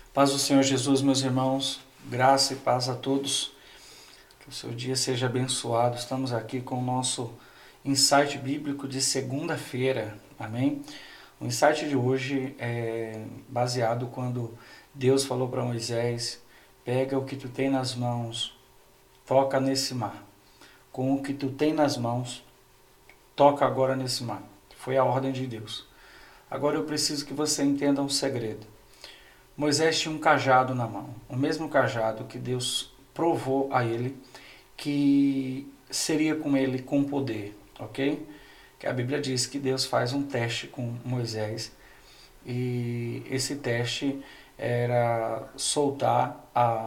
Paz do Senhor Jesus, meus irmãos, graça e paz a todos, que o seu dia seja abençoado. Estamos aqui com o nosso insight bíblico de segunda-feira, amém? O insight de hoje é baseado quando Deus falou para Moisés: pega o que tu tem nas mãos, toca nesse mar. Com o que tu tem nas mãos, toca agora nesse mar. Foi a ordem de Deus. Agora eu preciso que você entenda um segredo. Moisés tinha um cajado na mão, o mesmo cajado que Deus provou a ele que seria com ele com poder, ok? Que a Bíblia diz que Deus faz um teste com Moisés e esse teste era soltar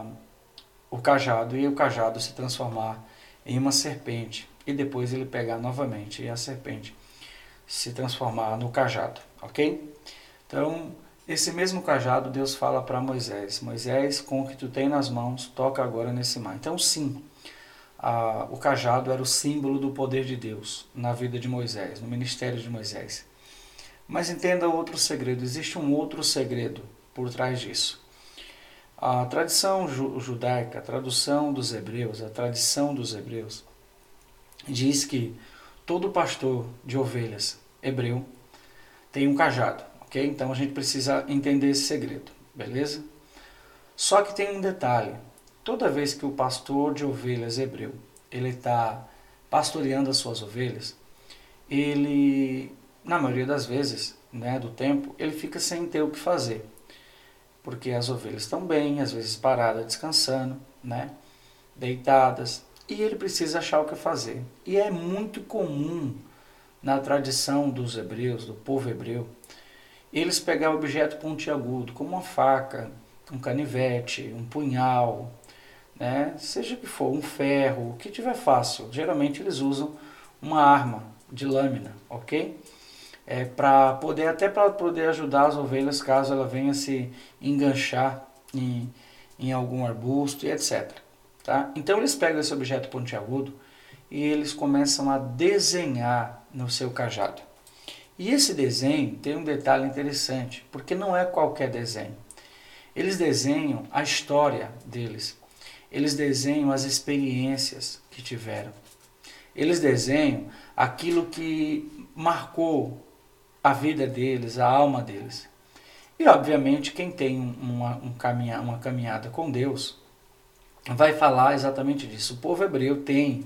o cajado e o cajado se transformar em uma serpente e depois ele pegar novamente e a serpente se transformar no cajado, ok? Então, esse mesmo cajado, Deus fala para Moisés: Moisés, com o que tu tem nas mãos, toca agora nesse mar. Então, sim, o cajado era o símbolo do poder de Deus na vida de Moisés, no ministério de Moisés. Mas entenda outro segredo, existe um outro segredo por trás disso. A tradição judaica, a tradição dos hebreus, diz que todo pastor de ovelhas hebreu tem um cajado. Okay? Então a gente precisa entender esse segredo, beleza? Só que tem um detalhe: toda vez que o pastor de ovelhas hebreu ele está pastoreando as suas ovelhas, ele, na maioria das vezes, do tempo, ele fica sem ter o que fazer, porque as ovelhas estão bem, às vezes paradas, descansando, deitadas, e ele precisa achar o que fazer. E é muito comum na tradição dos hebreus, do povo hebreu, eles pegaram objeto pontiagudo, como uma faca, um canivete, um punhal, seja o que for, um ferro, o que tiver fácil. Geralmente eles usam uma arma de lâmina, ok? Para poder ajudar as ovelhas caso ela venha se enganchar em algum arbusto e etc. Tá? Então eles pegam esse objeto pontiagudo e eles começam a desenhar no seu cajado. E esse desenho tem um detalhe interessante, porque não é qualquer desenho. Eles desenham a história deles, eles desenham as experiências que tiveram, eles desenham aquilo que marcou a vida deles, a alma deles. E obviamente quem tem uma caminhada com Deus vai falar exatamente disso. O povo hebreu tem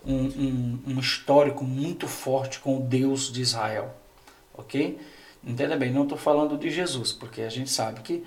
um histórico muito forte com o Deus de Israel. Ok? Entenda bem, não estou falando de Jesus, porque a gente sabe que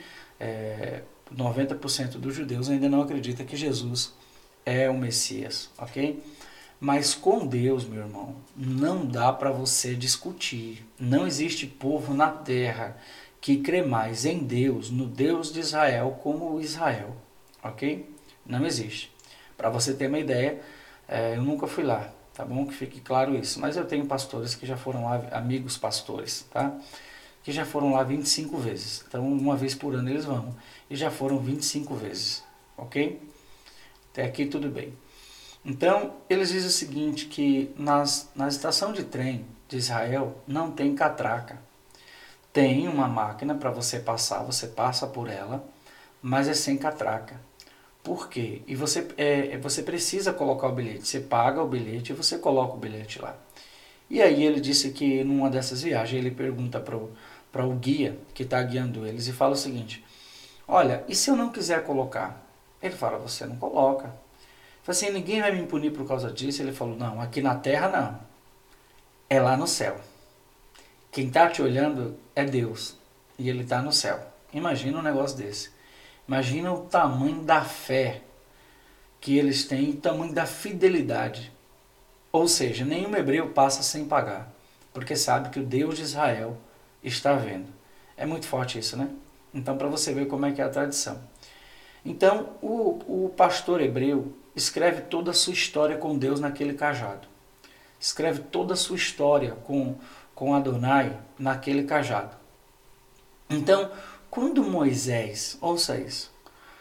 90% dos judeus ainda não acredita que Jesus é o Messias, ok? Mas com Deus, meu irmão, não dá para você discutir. Não existe povo na terra que crê mais em Deus, no Deus de Israel, como Israel, ok? Não existe. Para você ter uma ideia, eu nunca fui lá. Tá bom? Que fique claro isso. Mas eu tenho pastores que já foram lá, amigos pastores, tá? Que já foram lá 25 vezes. Então, uma vez por ano eles vão. E já foram 25 vezes. Ok? Até aqui tudo bem. Então, eles dizem o seguinte, que na estação de trem de Israel não tem catraca. Tem uma máquina para você passar, você passa por ela, mas é sem catraca. Por quê? E você precisa colocar o bilhete. Você paga o bilhete e você coloca o bilhete lá. E aí ele disse que numa dessas viagens ele pergunta para o guia que está guiando eles e fala o seguinte: olha, e se eu não quiser colocar? Ele fala: você não coloca. Ele fala assim: ninguém vai me punir por causa disso. Ele falou: não, aqui na terra não. É lá no céu. Quem está te olhando é Deus. E ele está no céu. Imagina um negócio desse. Imagina o tamanho da fé que eles têm, o tamanho da fidelidade. Ou seja, nenhum hebreu passa sem pagar, porque sabe que o Deus de Israel está vendo. É muito forte isso, né? Então, para você ver como é que é a tradição. Então, o pastor hebreu escreve toda a sua história com Deus naquele cajado. Escreve toda a sua história com Adonai naquele cajado. Então, quando Moisés, ouça isso,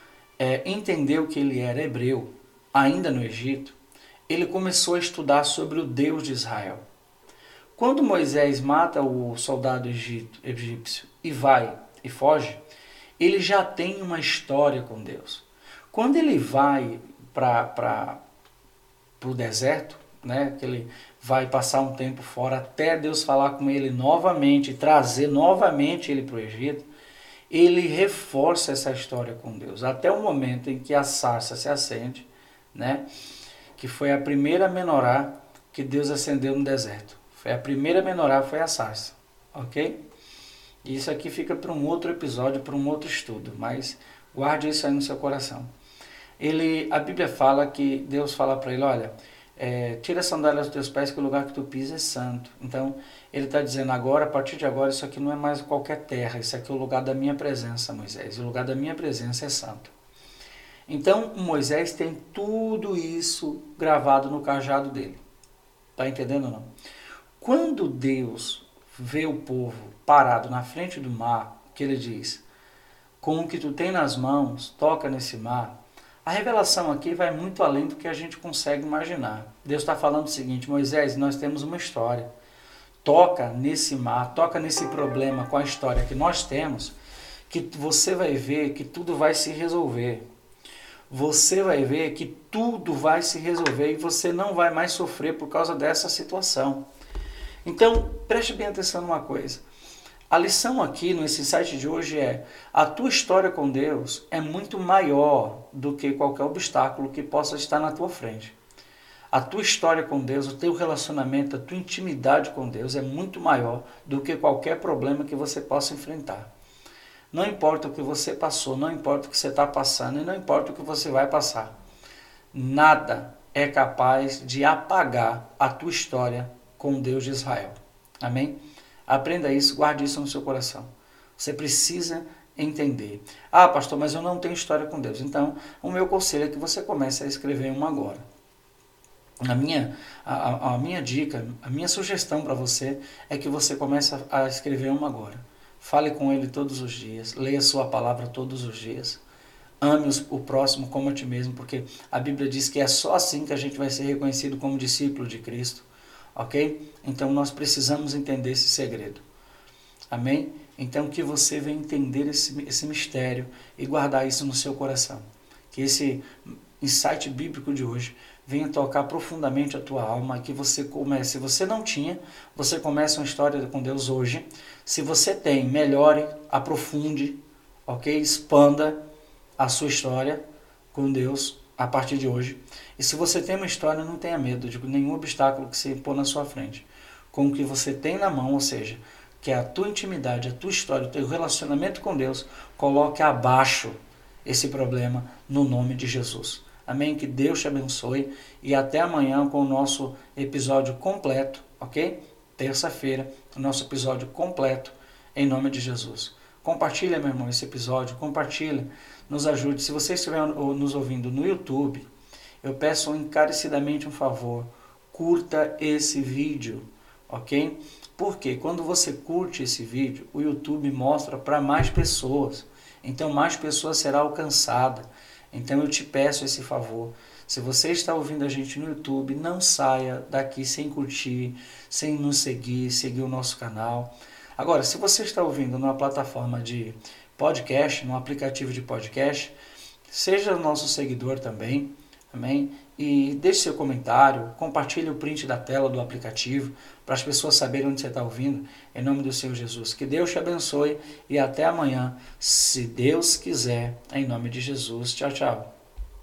entendeu que ele era hebreu, ainda no Egito, ele começou a estudar sobre o Deus de Israel. Quando Moisés mata o soldado egípcio e vai e foge, ele já tem uma história com Deus. Quando ele vai para o deserto, né, que ele vai passar um tempo fora até Deus falar com ele novamente, trazer novamente ele para o Egito, ele reforça essa história com Deus, até o momento em que a sarça se acende, né, que foi a primeira menorá que Deus acendeu no deserto. Foi a primeira menorá, foi a sarça, ok? Isso aqui fica para um outro episódio, para um outro estudo, mas guarde isso aí no seu coração. A Bíblia fala que Deus fala para ele, olha, tira a sandália dos teus pés que o lugar que tu pisas é santo. Então, ele está dizendo agora, a partir de agora, isso aqui não é mais qualquer terra, isso aqui é o lugar da minha presença, Moisés, e o lugar da minha presença é santo. Então, Moisés tem tudo isso gravado no cajado dele. Está entendendo ou não? Quando Deus vê o povo parado na frente do mar, que ele diz, com o que tu tem nas mãos, toca nesse mar, a revelação aqui vai muito além do que a gente consegue imaginar. Deus está falando o seguinte, Moisés, nós temos uma história. Toca nesse mar, toca nesse problema com a história que nós temos, que você vai ver que tudo vai se resolver. Você vai ver que tudo vai se resolver e você não vai mais sofrer por causa dessa situação. Então, preste bem atenção numa coisa. A lição aqui nesse insight de hoje é: a tua história com Deus é muito maior do que qualquer obstáculo que possa estar na tua frente. A tua história com Deus, o teu relacionamento, a tua intimidade com Deus é muito maior do que qualquer problema que você possa enfrentar. Não importa o que você passou, não importa o que você está passando e não importa o que você vai passar. Nada é capaz de apagar a tua história com o Deus de Israel. Amém? Aprenda isso, guarde isso no seu coração. Você precisa entender. Ah, pastor, mas eu não tenho história com Deus. Então, o meu conselho é que você comece a escrever uma agora. A minha dica, a minha sugestão para você é que você comece a escrever uma agora. Fale com Ele todos os dias, leia sua palavra todos os dias. Ame o próximo como a ti mesmo, porque a Bíblia diz que é só assim que a gente vai ser reconhecido como discípulo de Cristo. Ok? Então nós precisamos entender esse segredo. Amém? Então que você venha entender esse mistério e guardar isso no seu coração. Que esse insight bíblico de hoje venha tocar profundamente a tua alma e que você comece. Se você não tinha, você comece uma história com Deus hoje. Se você tem, melhore, aprofunde, ok? Expanda a sua história com Deus a partir de hoje. E se você tem uma história, não tenha medo de nenhum obstáculo que se pôr na sua frente. Com o que você tem na mão, ou seja, que é a tua intimidade, a tua história, o teu relacionamento com Deus, coloque abaixo esse problema no nome de Jesus. Amém? Que Deus te abençoe e até amanhã com o nosso episódio completo, ok? Terça-feira, o nosso episódio completo, em nome de Jesus. Compartilha, meu irmão, esse episódio, compartilha, nos ajude. Se você estiver nos ouvindo no YouTube, eu peço encarecidamente um favor, curta esse vídeo, ok? Porque quando você curte esse vídeo, o YouTube mostra para mais pessoas, então mais pessoas serão alcançadas. Então eu te peço esse favor, se você está ouvindo a gente no YouTube, não saia daqui sem curtir, sem nos seguir o nosso canal. Agora, se você está ouvindo numa plataforma de podcast, num aplicativo de podcast, seja nosso seguidor também, amém? E deixe seu comentário, compartilhe o print da tela do aplicativo para as pessoas saberem onde você está ouvindo, em nome do Senhor Jesus. Que Deus te abençoe e até amanhã, se Deus quiser, em nome de Jesus. Tchau, tchau.